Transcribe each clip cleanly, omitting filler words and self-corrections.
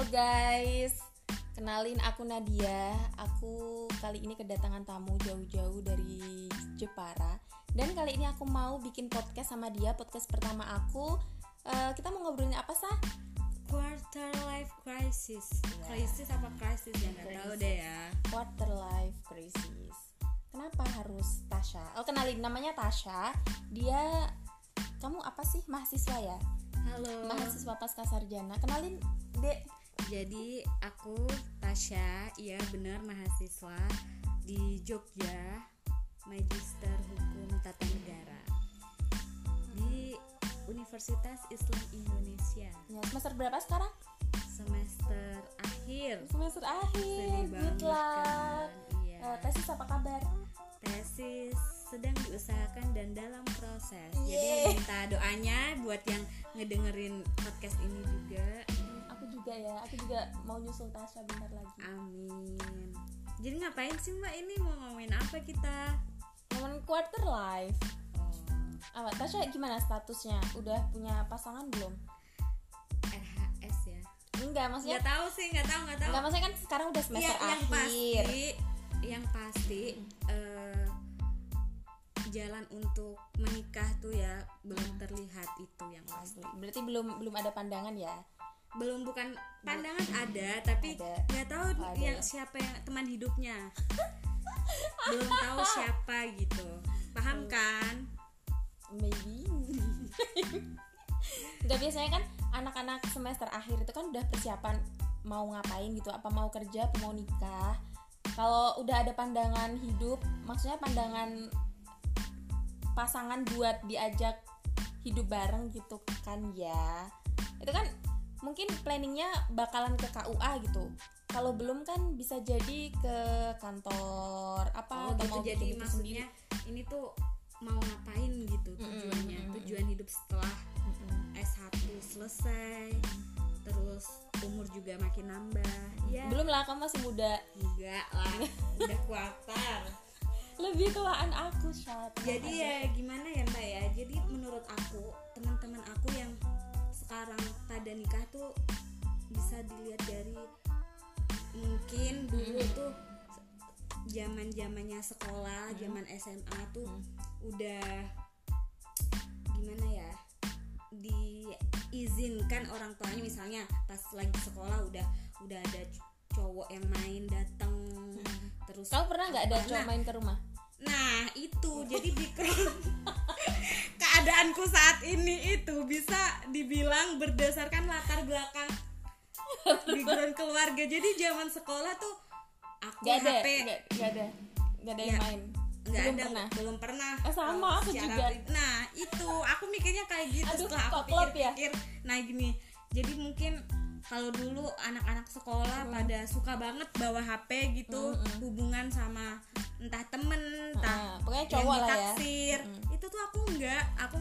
guys, kenalin aku Nadia. Aku kali ini kedatangan tamu jauh-jauh dari Jepara. Dan kali ini aku mau bikin podcast sama dia. Podcast pertama aku. Kita mau ngobrolin apa, Sah? Quarter life crisis. Crisis apa crisis ya, nggak tahu deh ya. Quarter life crisis. Kenapa harus Tasha? Oh, kenalin, namanya Tasha. Dia, kamu apa sih, mahasiswa ya? Halo. Mahasiswa pasca sarjana. Kenalin, Dek. Jadi aku Tasha, iya benar, mahasiswa di Jogja, Magister Hukum Tata Negara di Universitas Islam Indonesia. Ya, semester berapa sekarang? Semester akhir. Semester akhir. Sedih Good banget luck. kan. Iya. Tesis apa kabar? Tesis sedang diusahakan dan dalam proses. Yeay. Jadi minta doanya buat yang ngedengerin podcast ini juga. Aku juga mau nyusul Tasha bentar lagi. Amin. Jadi ngapain sih Mbak ini, mau ngomongin apa kita? Ngomongin quarter life. Oh, Tasha gimana statusnya? Udah punya pasangan belum? RHS ya? Enggak, maksudnya Nggak tahu sih, nggak tahu. enggak, maksudnya kan sekarang udah semester akhir. Yang pasti jalan untuk menikah tuh ya belum terlihat, itu yang pasti. Berarti belum ada pandangan ya? Belum, bukan pandangan ada, tapi Ada. nggak tahu yang siapa yang teman hidupnya. Belum tahu siapa gitu. Paham kan? Maybe. Enggak, biasanya kan anak-anak semester akhir itu kan udah persiapan mau ngapain gitu, apa mau kerja, apa mau nikah. Kalau udah ada pandangan hidup, maksudnya pandangan pasangan buat diajak hidup bareng gitu kan ya. Itu kan mungkin planningnya bakalan ke KUA gitu. Kalau belum kan bisa jadi ke kantor apa atau gitu. mau Jadi bikin maksudnya ini tuh mau ngapain gitu tujuannya. Tujuan hidup setelah S1 selesai. Terus umur juga makin nambah. Ya. Belum lah, kamu masih muda. Enggak lah. Udah kuarter. Lebih tuaan aku, Syat. Jadi ya gimana ya Mbak ya. Jadi menurut aku, teman-teman aku yang sekarang pada nikah tuh bisa dilihat dari mungkin dulu tuh zaman-zamannya sekolah, zaman SMA tuh udah gimana ya, diizinkan orang tuanya, misalnya pas lagi sekolah udah ada cowok yang main datang. Terus kamu pernah nggak ada cowok main ke rumah? Nah itu jadi keadaanku saat ini itu bisa dibilang berdasarkan latar belakang background keluarga. Jadi zaman sekolah tuh aku Gak ada, HP gak ada yang Ya, main. Belum pernah. Sama aku secara juga. Nah itu aku mikirnya kayak gitu. Aduh, setelah aku kok klop ya? pikir-pikir. Nah gini, jadi mungkin kalau dulu anak-anak sekolah pada suka banget bawa HP gitu, hubungan sama entah temen, entah pokoknya yang cowok lah ya. ditaksir. Itu tuh aku enggak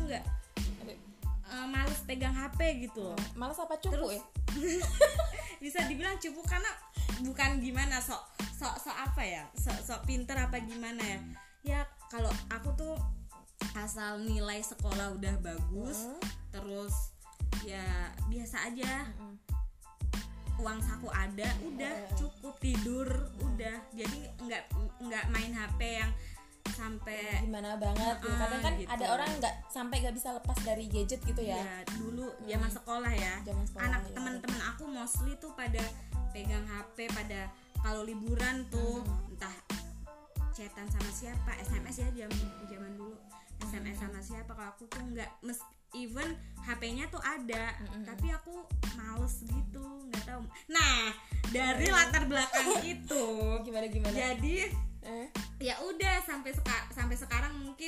males pegang HP gitu. Malas apa cupu ya? Bisa dibilang cupu karena bukan gimana sok apa ya, sok pinter apa gimana ya. Ya kalau aku tuh asal nilai sekolah udah bagus, terus ya biasa aja, uang saku ada, udah cukup tidur, udah. Jadi nggak main HP yang sampai gimana banget gitu. Kadang kan gitu. ada orang nggak bisa lepas dari gadget gitu ya. Ya dulu zaman sekolah ya. Anak ya. teman-teman aku mostly tuh pada pegang HP, pada kalau liburan tuh entah chatan sama siapa, SMS ya zaman dulu. SMS sama siapa. Kalau aku tuh nggak, even HP-nya tuh ada, tapi aku males gitu, nggak tahu. Nah dari latar belakang itu Gimana? jadi ya udah sampai sekarang mungkin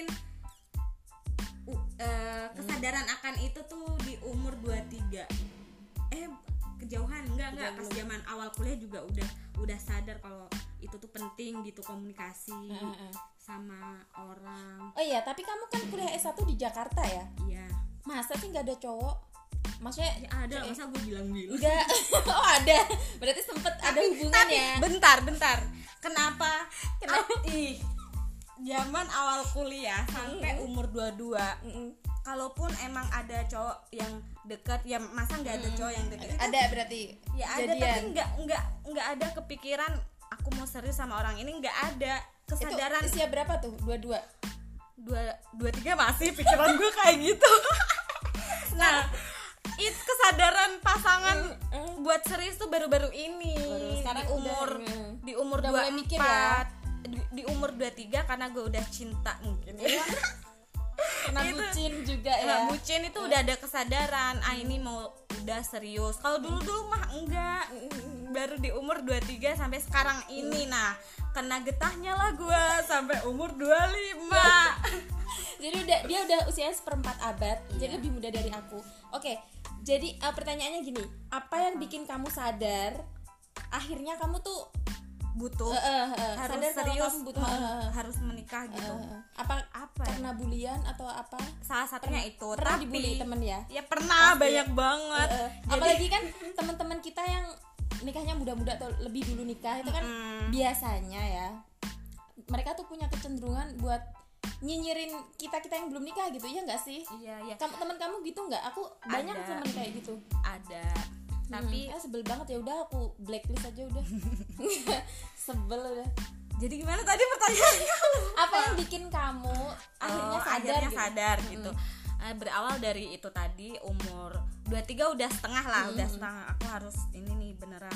kesadaran akan itu tuh di umur 23. Kejauhan enggak pas zaman awal kuliah juga udah sadar kalau itu tuh penting gitu, komunikasi sama orang. Oh iya, tapi kamu kan kuliah S1 di Jakarta ya? Iya. Masa sih nggak ada cowok? Maksudnya Ya ada, masa gue bilang-bilang. enggak. Oh ada. Berarti sempet ada hubungan ya? Bentar. Kenapa? Zaman awal kuliah sampai umur 22 kalaupun emang ada cowok yang deket, ya masa nggak ada cowok yang deket? Ada berarti. Ya ada, tapi nggak ada kepikiran aku mau serius sama orang ini, nggak ada kesadaran. Itu usia berapa tuh? 22. 23 masih pikiran gue kayak gitu. Nah, itu kesadaran pasangan buat serius tuh baru-baru ini. Sekarang di umur udah 24 mulai mikir ya? di umur 23 karena gue udah cinta mungkin ya. Kena bucin juga ya. Bucin itu udah ada kesadaran, ini mau udah serius. Kalau dulu mah enggak. Baru di umur 23 sampai sekarang ini. Nah, kena getahnya lah gue sampai umur 25. Jadi dia udah usianya 1/4 abad, jadi lebih muda dari aku. Oke, jadi pertanyaannya gini, apa yang bikin kamu sadar akhirnya kamu tuh butuh harus sadar kalau serius, kamu butuh harus menikah gitu? Apa ya? karena bulian atau apa? Salah satunya itu. Pernah Tapi dibully temen ya? Ya pernah. Pasti. Banyak banget. Apalagi kan teman-teman kita yang nikahnya muda-muda atau lebih dulu nikah itu kan biasanya ya mereka tuh punya kecenderungan buat nyinyirin kita yang belum nikah gitu, ya nggak sih? Iya. Teman kamu gitu nggak? Aku banyak teman kayak gitu. Ada. Tapi sebel banget, ya udah aku blacklist aja udah. Sebel udah. Jadi gimana tadi pertanyaannya? Apa yang bikin kamu akhirnya sadar gitu? Berawal dari itu tadi, umur 23 udah setengah lah, udah setengah. Aku harus ini nih beneran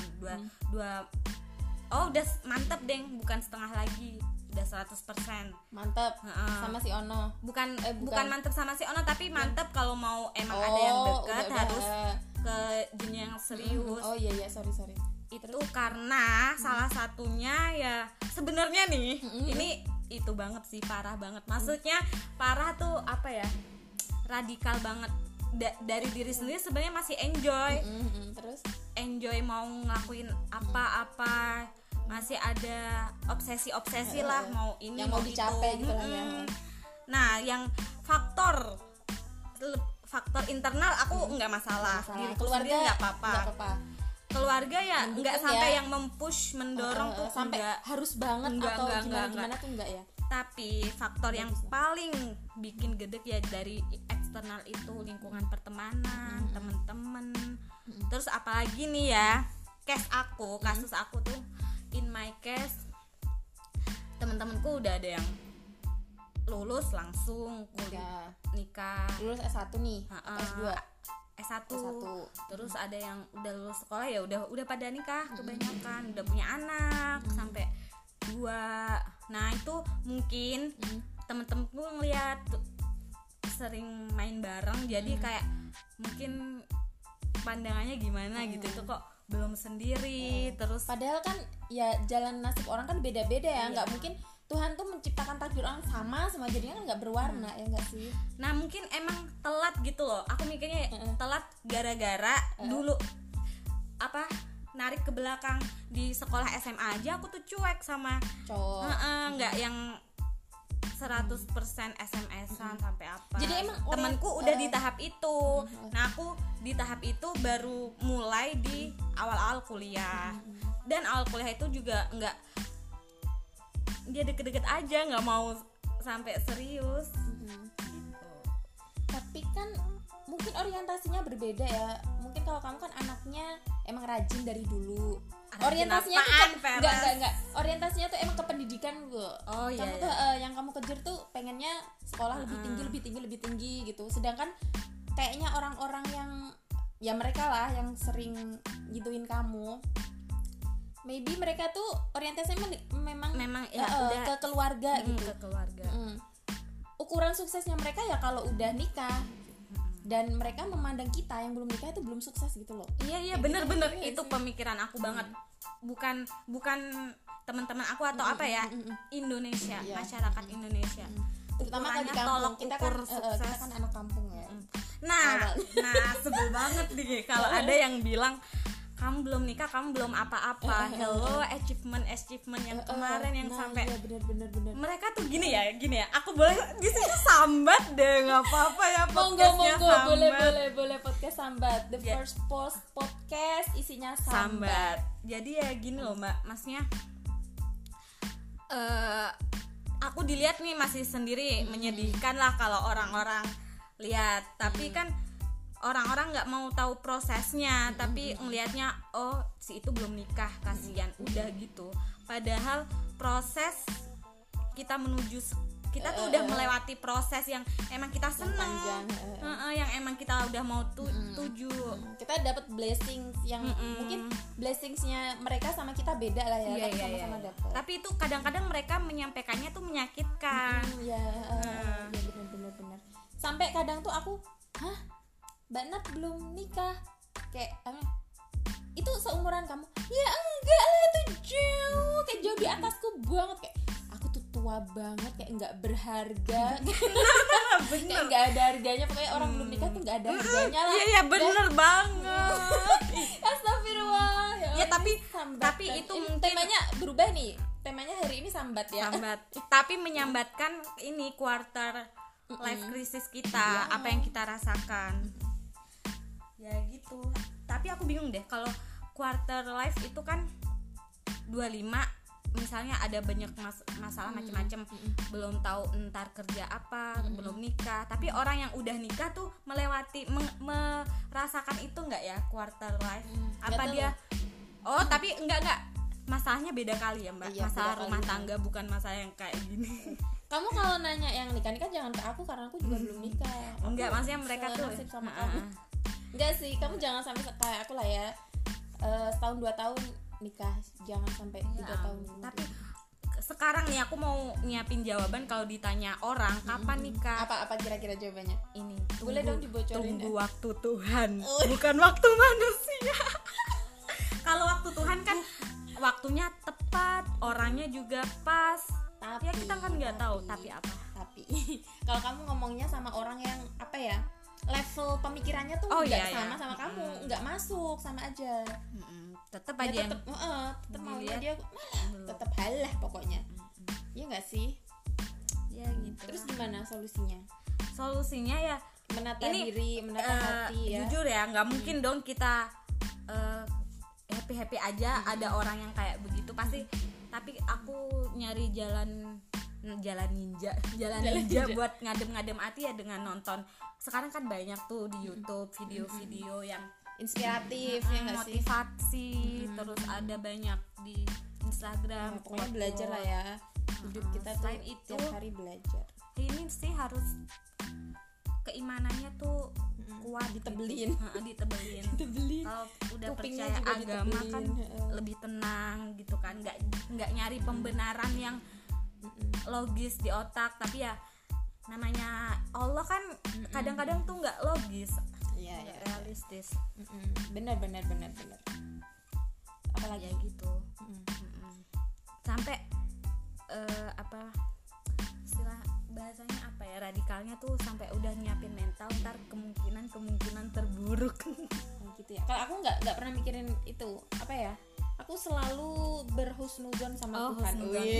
udah mantep deng, bukan setengah lagi, udah 100%. Mantep sama si Ono. Bukan mantep sama si Ono, tapi mantep kalau mau emang ada yang dekat harus ke jenjang yang serius. Oh iya sorry. Itu karena salah satunya ya sebenarnya nih ini itu banget sih, parah banget. Maksudnya parah tuh apa ya? Radikal banget. Dari diri sendiri sebenarnya masih enjoy. Terus enjoy mau ngelakuin apa-apa, masih ada obsesi lah, mau ini yang mau dicapai gitu lah ya. Nah, yang faktor internal aku nggak masalah. Diriku keluarga sendiri nggak apa-apa. Keluarga ya nggak sampai yang mempush, mendorong tuh sampai enggak. Harus banget atau gimana tuh enggak ya. Tapi faktor yang paling bikin gedek ya dari eksternal itu lingkungan pertemanan, temen-temen. Terus apalagi nih ya, kasus aku tuh, in my case, temen-temenku udah ada yang lulus langsung kuliah, nikah, lulus S1 nih, S2. S1. Terus ada yang udah lulus sekolah ya udah pada nikah, kebanyakan udah punya anak sampai 2. Nah, itu mungkin temen-temenku ngeliat sering main bareng, jadi kayak mungkin pandangannya gimana gitu, itu kok belum sendiri. Terus padahal kan ya jalan nasib orang kan beda-beda ya, nggak mungkin Tuhan tuh menciptakan takdir orang sama jadinya kan nggak berwarna, ya nggak sih? Nah, mungkin emang telat gitu loh. Aku mikirnya telat gara-gara dulu narik ke belakang di sekolah SMA aja aku tuh cuek sama cowok. Nggak yang 100% SMS-an sampai apa. Jadi emang temanku udah di tahap itu. Nah, aku di tahap itu baru mulai di awal-awal kuliah. Dan awal kuliah itu juga nggak, dia deket-deket aja, nggak mau sampai serius. Gitu. Tapi kan mungkin orientasinya berbeda ya. Mungkin kalau kamu kan anaknya emang rajin dari dulu. Orientasinya tuh enggak. Orientasinya tuh emang ke pendidikan gue. Oh iya. Kamu tuh yang kamu kejar tuh pengennya sekolah lebih tinggi gitu. Sedangkan kayaknya orang-orang yang ya mereka lah yang sering gituin kamu, maybe mereka tuh orientasinya memang ya udah ke keluarga gitu. Ke keluarga. Ukuran suksesnya mereka ya kalau udah nikah. Dan mereka memandang kita yang belum nikah itu belum sukses gitu loh. Iya bener-bener itu pemikiran aku banget. Bukan teman-teman aku atau apa ya, Indonesia, masyarakat Indonesia. Terutama kalau di kampung, kita kan anak kampung ya. Nah sebel banget nih kalau ada yang bilang kamu belum nikah, kamu belum apa-apa. Hello, achievement yang kemarin yang sampai bener. mereka tuh gini ya. Aku boleh di sini sambat deh, nggak apa-apa ya podcastnya. Monggo, boleh podcast sambat. The first podcast isinya sambat. Jadi ya gini loh Mbak, maksudnya aku dilihat nih masih sendiri, menyedihkan lah kalau orang-orang lihat, tapi kan orang-orang nggak mau tahu prosesnya, tapi ngelihatnya oh si itu belum nikah, kasihan, udah gitu. Padahal proses kita menuju kita tuh udah melewati proses yang emang kita seneng, panjang, yang emang kita udah mau tuju. Kita dapat blessings yang mungkin blessingsnya mereka sama kita beda lah ya, tapi sama-sama dapat. Tapi itu kadang-kadang mereka menyampaikannya tuh menyakitkan. Ya benar. Sampai kadang tuh aku, Mbak Nat belum nikah, kayak itu seumuran kamu? Ya enggak lah, itu jauh, kayak jauh di atasku banget, kayak aku tuh tua banget, kayak nggak berharga. Kayak nggak ada harganya, pokoknya orang belum nikah tuh nggak ada harganya lah. Iya bener banget. Astagfirullah. Ya tapi itu mungkin temanya berubah nih, temanya hari ini sambat ya. Tapi menyambatkan ini quarter life crisis kita, apa yang kita rasakan. Ya gitu. Tapi aku bingung deh kalau quarter life itu kan 25, misalnya ada banyak masalah macam-macam, belum tahu entar kerja apa, belum nikah. Tapi orang yang udah nikah tuh melewati merasakan itu enggak ya quarter life? Apa dia tapi enggak masalahnya beda kali ya, Mbak. Masalah rumah tangga, bukan masalah yang kayak gini. Kamu kalau nanya yang nikah jangan ke aku, karena aku juga belum nikah. Enggak, maksudnya mereka tuh sama kamu. Enggak sih, kamu jangan sampai kayak aku lah ya. Setahun 2 tahun nikah, jangan sampai 3 tahun. Tapi sekarang nih aku mau nyiapin jawaban kalau ditanya orang kapan nikah. Apa kira-kira jawabannya? Ini. Boleh dong dibocorin. Tunggu waktu Tuhan, bukan waktu manusia. Kalau waktu Tuhan kan waktunya tepat, orangnya juga pas. Tapi ya kita kan nggak tahu. Tapi apa? Tapi kalau kamu ngomongnya sama orang yang apa ya? Level pemikirannya tuh nggak sama kamu, nggak masuk, sama aja. Tetap aja tetap maunya dia tetap halah pokoknya. Iya nggak sih? Ya gitu. Terus gimana solusinya? Solusinya ya menata diri, menata hati ya. Jujur ya, nggak mungkin dong kita happy aja ada orang yang kayak begitu pasti. Tapi aku nyari jalan ninja buat ngadem hati ya dengan nonton. Sekarang kan banyak tuh di YouTube video-video yang inspiratif ya nggak sih? Motivasi, terus ada banyak di Instagram. Pokoknya belajar lah ya. Hidup kita tuh tiap hari belajar. Ini sih harus keimanannya tuh kuat, ditebelin. Kalau udah kupingnya percaya juga agama ditebelin. kan lebih tenang gitu kan, nggak nyari pembenaran yang logis di otak. Tapi ya namanya Allah kan kadang-kadang tuh nggak logis, nggak realistis. Benar. Apalagi ya gitu. Sampai istilah bahasanya apa ya, radikalnya tuh sampai udah nyiapin mental ntar kemungkinan terburuk. Gitu ya. Kalau aku nggak pernah mikirin itu apa ya. Aku selalu berhusnuzon sama Tuhan.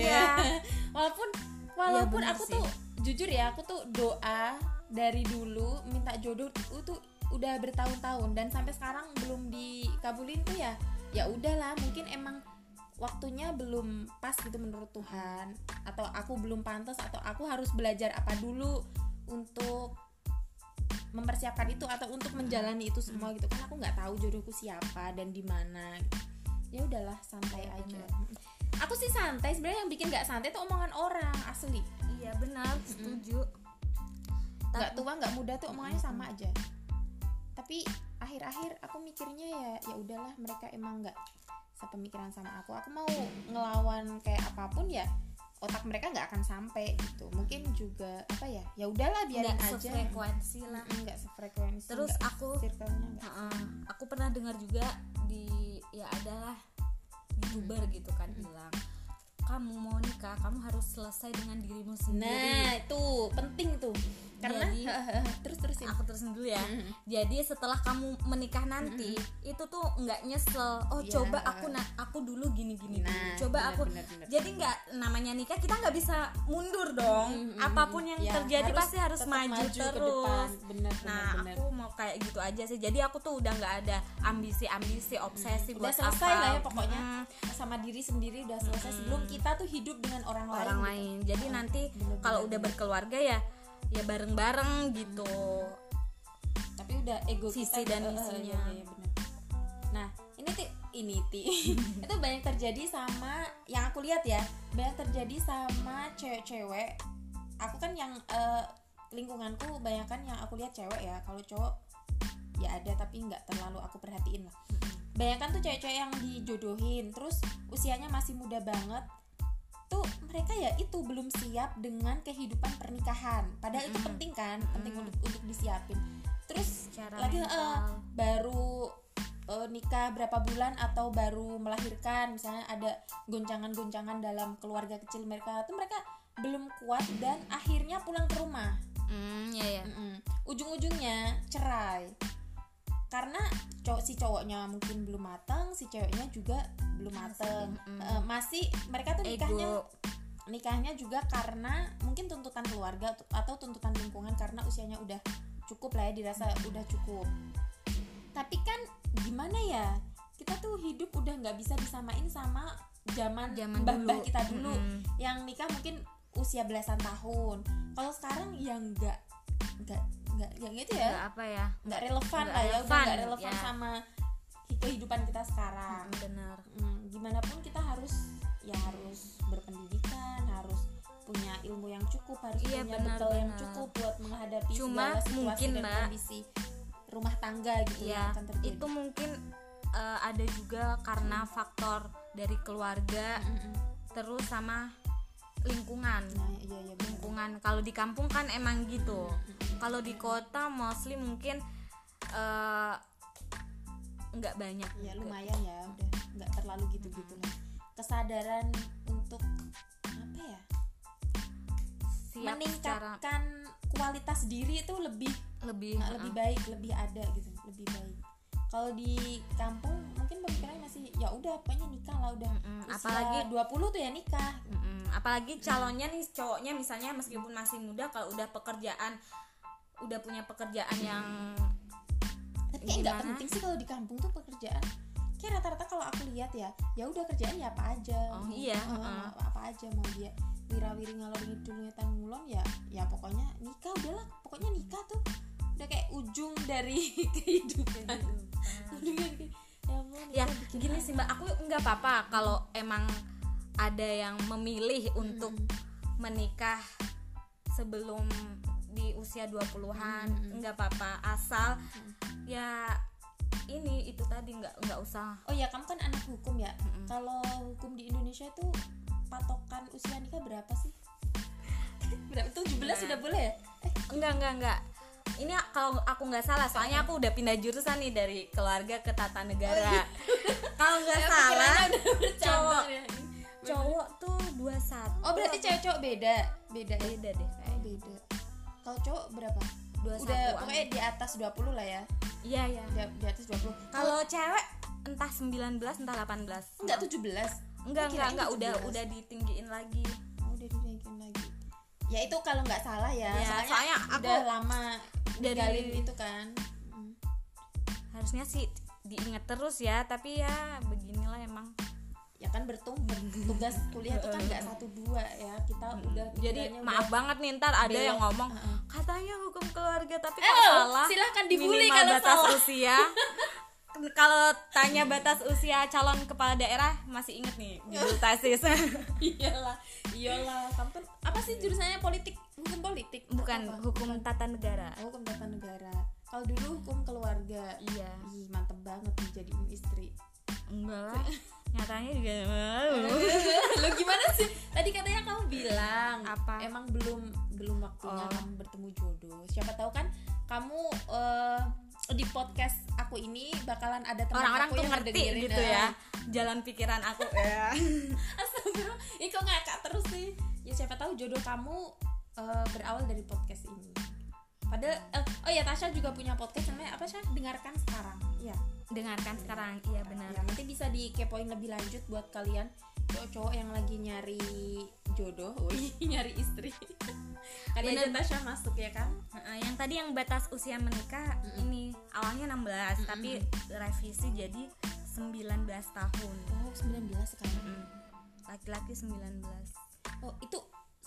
Walaupun aku tuh jujur ya, aku tuh doa dari dulu minta jodoh itu udah bertahun-tahun dan sampai sekarang belum dikabulin tuh ya. Ya udahlah, mungkin emang waktunya belum pas gitu menurut Tuhan, atau aku belum pantas, atau aku harus belajar apa dulu untuk mempersiapkan itu atau untuk menjalani itu semua gitu kan. Aku nggak tahu jodohku siapa dan di mana. Ya udahlah, santai aja. Aku sih santai, sebenarnya yang bikin nggak santai tuh omongan orang, asli. Iya benar, setuju. Nggak tua nggak muda tuh omongannya sama aja. Tapi akhir-akhir aku mikirnya ya udahlah, mereka emang nggak sepemikiran sama aku mau ngelawan kayak apapun ya otak mereka nggak akan sampai gitu. Mungkin juga apa ya udahlah biarin nggak aja, sefrekuensi lah. Nggak sefrekuensi. Terus aku pernah dengar juga adalah YouTuber gitu kan bilang, kamu mau nikah kamu harus selesai dengan dirimu sendiri. Nah itu penting tuh, karena terusin. Aku terusin dulu ya. Jadi setelah kamu menikah nanti itu tuh nggak nyesel. Coba aku dulu gini nah, coba bener. Jadi nggak, namanya nikah kita nggak bisa mundur dong. Apapun yang terjadi pasti harus maju terus. Ke depan. Bener. Aku mau kayak gitu aja sih. Jadi aku tuh udah nggak ada ambisi obsesi udah buat selesai apa. lah ya pokoknya. Sama diri sendiri udah selesai sebelum kita tuh hidup dengan orang lain. Jadi nanti kalau udah berkeluarga ya ya bareng-bareng gitu. Tapi udah ego Visi kita dan misinya. iya, bener. Nah ini itu banyak terjadi sama yang aku lihat ya, banyak terjadi sama cewek-cewek. Aku kan yang lingkunganku banyak kan yang aku lihat cewek ya. Kalau cowok ya ada tapi nggak terlalu aku perhatiin lah. Banyak kan tuh cewek-cewek yang dijodohin terus usianya masih muda banget tuh, mereka ya itu belum siap dengan kehidupan pernikahan. Padahal itu penting kan, penting untuk disiapin. Terus Secara lagi mental. baru nikah berapa bulan atau baru melahirkan, misalnya ada goncangan-goncangan dalam keluarga kecil mereka tuh, mereka belum kuat dan akhirnya pulang ke rumah. Ya. Ujung-ujungnya cerai karena si cowoknya mungkin belum matang, si ceweknya juga belum matang. Masih mereka tuh nikahnya juga karena mungkin tuntutan keluarga atau tuntutan lingkungan, karena usianya udah cukup lah ya, dirasa udah cukup. Tapi kan gimana ya, kita tuh hidup udah nggak bisa disamain sama zaman mbah-mbah kita dulu yang nikah mungkin usia belasan tahun. Kalau sekarang ya nggak yang itu ya, Nggak apa ya, nggak relevan nggak lah ya, udah relevan, nggak relevan ya. sama kehidupan kita sekarang. benar. Gimana pun kita harus berpendidikan, harus punya ilmu yang cukup, harus Iya, punya benar, bekal yang benar. cukup buat menghadapi Cuma segala situasi mungkin, dan Mbak, kondisi rumah tangga gitu yang Ya, akan terjadi. itu mungkin ada juga karena faktor dari keluarga, terus sama lingkungan. Nah, iya benar. Lingkungan kalau di kampung kan emang gitu. Kalau di kota mostly mungkin nggak banyak. Ya lumayan ya, udah nggak terlalu gitu-gitu lah. Kesadaran untuk apa ya? Siap Meningkatkan kualitas diri itu lebih lebih baik, lebih ada gitu, lebih baik. Kalau di kampung mungkin pemikirannya masih ya udah pokoknya nikah lah udah. Usia apalagi 20 tuh ya nikah. apalagi calonnya nih, cowoknya misalnya meskipun masih muda, kalau udah punya pekerjaan yang Tapi kayak nggak gimana? penting sih kalau di kampung tuh pekerjaan. Kayak rata-rata kalau aku lihat ya udah kerjaan ya apa aja. Oh, iya, Apa aja, mau dia wira-wiri ngalor ngidul ngetan ngulon ya pokoknya nikah, udahlah pokoknya nikah tuh udah kayak ujung dari kehidupan. Ya ampun, ya nikah bikin gini sih Mbak, aku nggak apa-apa kalau emang ada yang memilih untuk menikah sebelum di usia 20-an, nggak apa-apa, asal ya ini itu tadi nggak usah. Oh ya, kamu kan anak hukum ya. Kalau hukum di Indonesia itu patokan usia nikah berapa sih? Berapa? 17 sudah boleh ya? Enggak. Ini kalau aku nggak salah, soalnya aku udah pindah jurusan nih dari keluarga ke tata negara. Kalau nggak salah, cowok tuh 21. Oh berarti cewek-cowok beda ya? Beda deh. Oh, beda. Kalau cowok berapa? 21. Udah pokoknya di atas 20 lah ya. Iya. Di atas 20. Kalau cewek entah 19 entah 18. Enggak 17. Enggak, 17. udah ditinggiin lagi. Oh, udah dinaikin lagi. Ya itu kalau nggak salah ya. Ya, soalnya aku udah lama dari- ninggalin itu kan. Harusnya sih diingat terus ya, tapi ya beginilah emang. Ya kan tugas kuliah itu kan nggak 1-2 ya, kita udah Jadi pikirannya maaf udah banget nih, ntar ada belok. yang ngomong katanya hukum keluarga tapi kok Oh, salah. silahkan dibully Minimal kalau batas salah. usia. Kalau tanya batas usia calon kepala daerah masih inget nih di tesis. iyalah kamu kan apa sih jurusannya, hukum politik Bukan, apa? hukum tata negara. Oh, hukum tata negara. Kalau dulu hukum keluarga. Iya. Ih, mantep banget nih jadiin istri. Enggak lah. Nyatanya juga Lo gimana sih? Tadi katanya kamu bilang Apa? emang belum waktunya kamu bertemu jodoh. Siapa tahu kan kamu di podcast aku ini bakalan ada teman orang-orang aku tuh yang ngerti ngedengerin, gitu ya jalan pikiran aku ya. Astagfirullah, ih kok ngakak terus sih. Ya siapa tahu jodoh kamu berawal dari podcast ini. Padahal oh ya, Tasya juga punya podcast namanya apa sih? Dengarkan sekarang. Iya. Dengarkan sekarang, iya benar. Ya, nanti bisa dikepoin lebih lanjut buat kalian cowok-cowok yang lagi nyari jodoh, nyari istri. Kali aja Bener. Tasya masuk ya kan? Yang tadi yang batas usia menikah ini awalnya 16 tapi revisi jadi 19 tahun. Oh, 19 sekarang. Laki-laki 19. Oh, itu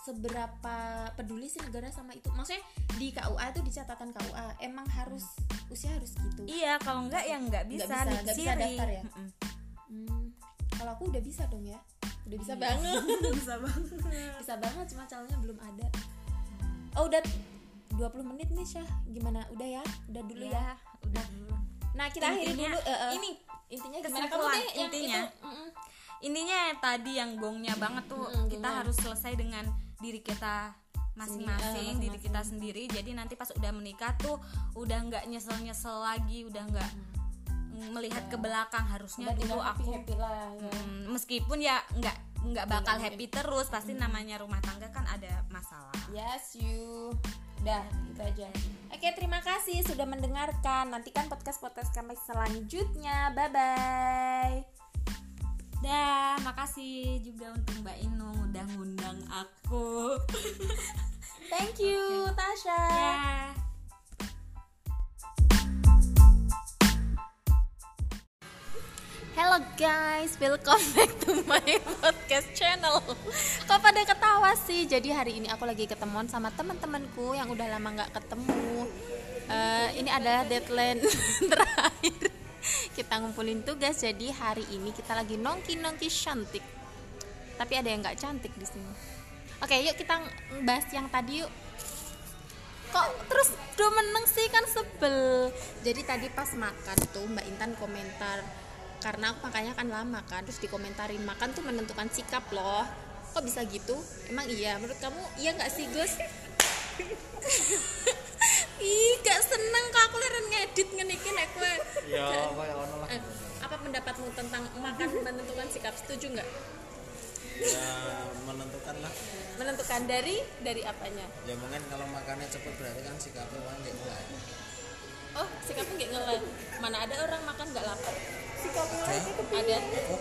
seberapa peduli sih negara sama itu. Maksudnya di KUA itu, di catatan KUA emang harus usia harus gitu. Iya, kalau enggak ya enggak bisa nggak bisa daftar ya. Kalau aku udah bisa dong ya, udah bisa banget. Bisa banget, cuma calonnya belum ada. Oh, udah 20 menit nih Syah, gimana? Udah ya? Udah dulu ya? Udah dulu. Nah, kita akhiri dulu. Ini intinya gimana kamu kesimpulan deh yang intinya. itu? Ininya yang tadi yang gongnya banget tuh, kita harus selesai dengan diri kita masing-masing, diri kita sendiri. Jadi nanti pas udah menikah tuh udah nggak nyesel lagi, udah nggak melihat ke belakang. Harusnya dulu aku happy lah ya. Meskipun ya nggak bakal happy terus, pasti namanya rumah tangga kan ada masalah. Yes, you. Udah, gitu aja. Oke, terima kasih sudah mendengarkan. Nantikan podcast-podcast kami selanjutnya. Bye-bye. Dah, makasih juga untuk Mbak Inung udah ngundang aku. Thank you, Tasha. Ya. Hello guys, welcome back to my podcast channel. Kok pada ketawa sih? Jadi hari ini aku lagi ketemuan sama teman-temanku yang udah lama nggak ketemu. Ini adalah deadline terakhir kita ngumpulin tugas. Jadi hari ini kita lagi nongki cantik. Tapi ada yang nggak cantik di sini. Oke, yuk kita bahas yang tadi yuk. Kok terus do meneng sih, kan sebel. Jadi tadi pas makan tuh Mbak Intan komentar, karena aku makanya kan lama kan, terus dikomentarin makan tuh menentukan sikap loh. Kok bisa gitu? Emang iya? Menurut kamu iya nggak sih Gus? Ih, gak seneng kok aku leren ngedit ngenikin aku. Ya, kayak ono lah. Apa pendapatmu tentang makan menentukan sikap? Setuju nggak? Ya, menentukan lah. Menentukan dari apanya? Ya mungkin kalau makannya cepet berarti kan sikapnya orang nggak mulai. Oh, sikapnya nggak ngelem. Mana ada orang makan nggak lapar? Sikapnya ada.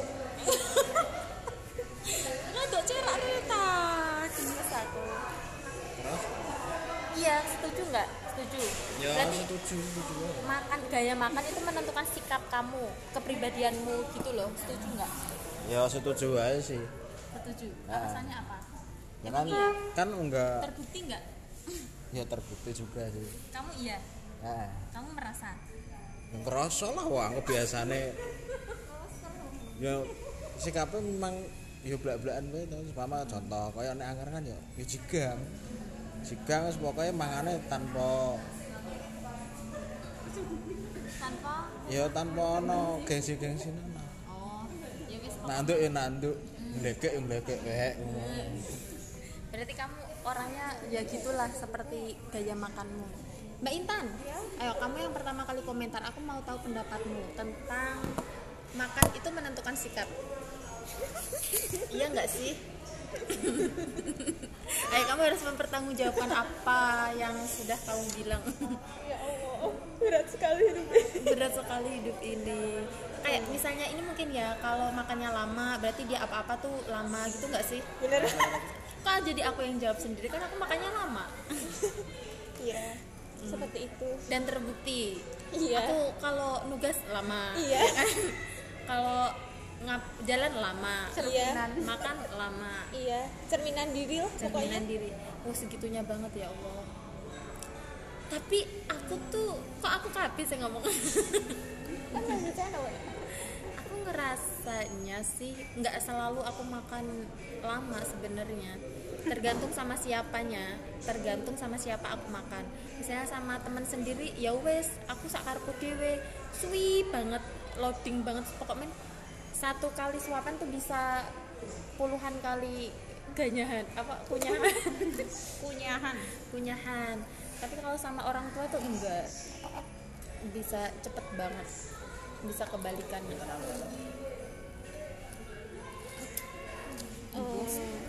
Nggak cerak reta. Gemes aku. Terus? Iya, setuju nggak? Setuju. Ya, Berarti setuju. makan, gaya makan itu menentukan sikap kamu, kepribadianmu gitu loh. Setuju nggak? Ya setuju aja sih. Setuju. Nah. Alasannya apa? Ya kan, kan enggak. Terbukti nggak? Ya terbukti juga sih. Kamu iya? Nah, Kamu merasa? ngerasa lah wah biasane. Ya sikapnya memang ya blak-blakan wae to. Umpama contoh kaya nek angker kan ya jigang. Jigang wis pokoke mangane tanpa ono gengsi-gengsinan. Oh, ya wis. Nanduk ya nanduk, mlekek ya mlekek. Berarti kamu orangnya ya gitulah, seperti gaya makanmu. Mbak Intan, ayo kamu yang pertama kali komentar, aku mau tahu pendapatmu tentang makan itu menentukan sikap. Iya nggak sih? Ayo kamu harus mempertanggungjawabkan apa yang sudah kamu bilang. Ya Allah, berat sekali hidup ini. Berat sekali hidup ini. Kayak misalnya ini mungkin ya, kalau makannya lama berarti dia apa-apa tuh lama gitu nggak sih? Bener. Kok jadi aku yang jawab sendiri, kan aku makannya lama. Iya. Seperti itu. Dan terbukti. Iya. Aku kalau nugas lama. Iya. Kalau jalan lama. Cerminan. Makan lama. Iya, cerminan diri lah pokoknya. Cerminan diri. Oh, segitunya banget ya Allah. Tapi aku tuh kok aku kabis ya ngomong. Kan lagi channel. Aku ngerasanya sih nggak selalu aku makan lama sebenarnya. Tergantung sama siapanya, tergantung sama siapa aku makan. Misalnya sama teman sendiri, ya wes, aku sakarepku dhewe, suwi banget, loading banget, pokoknya satu kali suapan tuh bisa puluhan kali ganyahan, apa kunyahan. Tapi kalau sama orang tua tuh enggak, bisa cepet banget, bisa kebalikannya.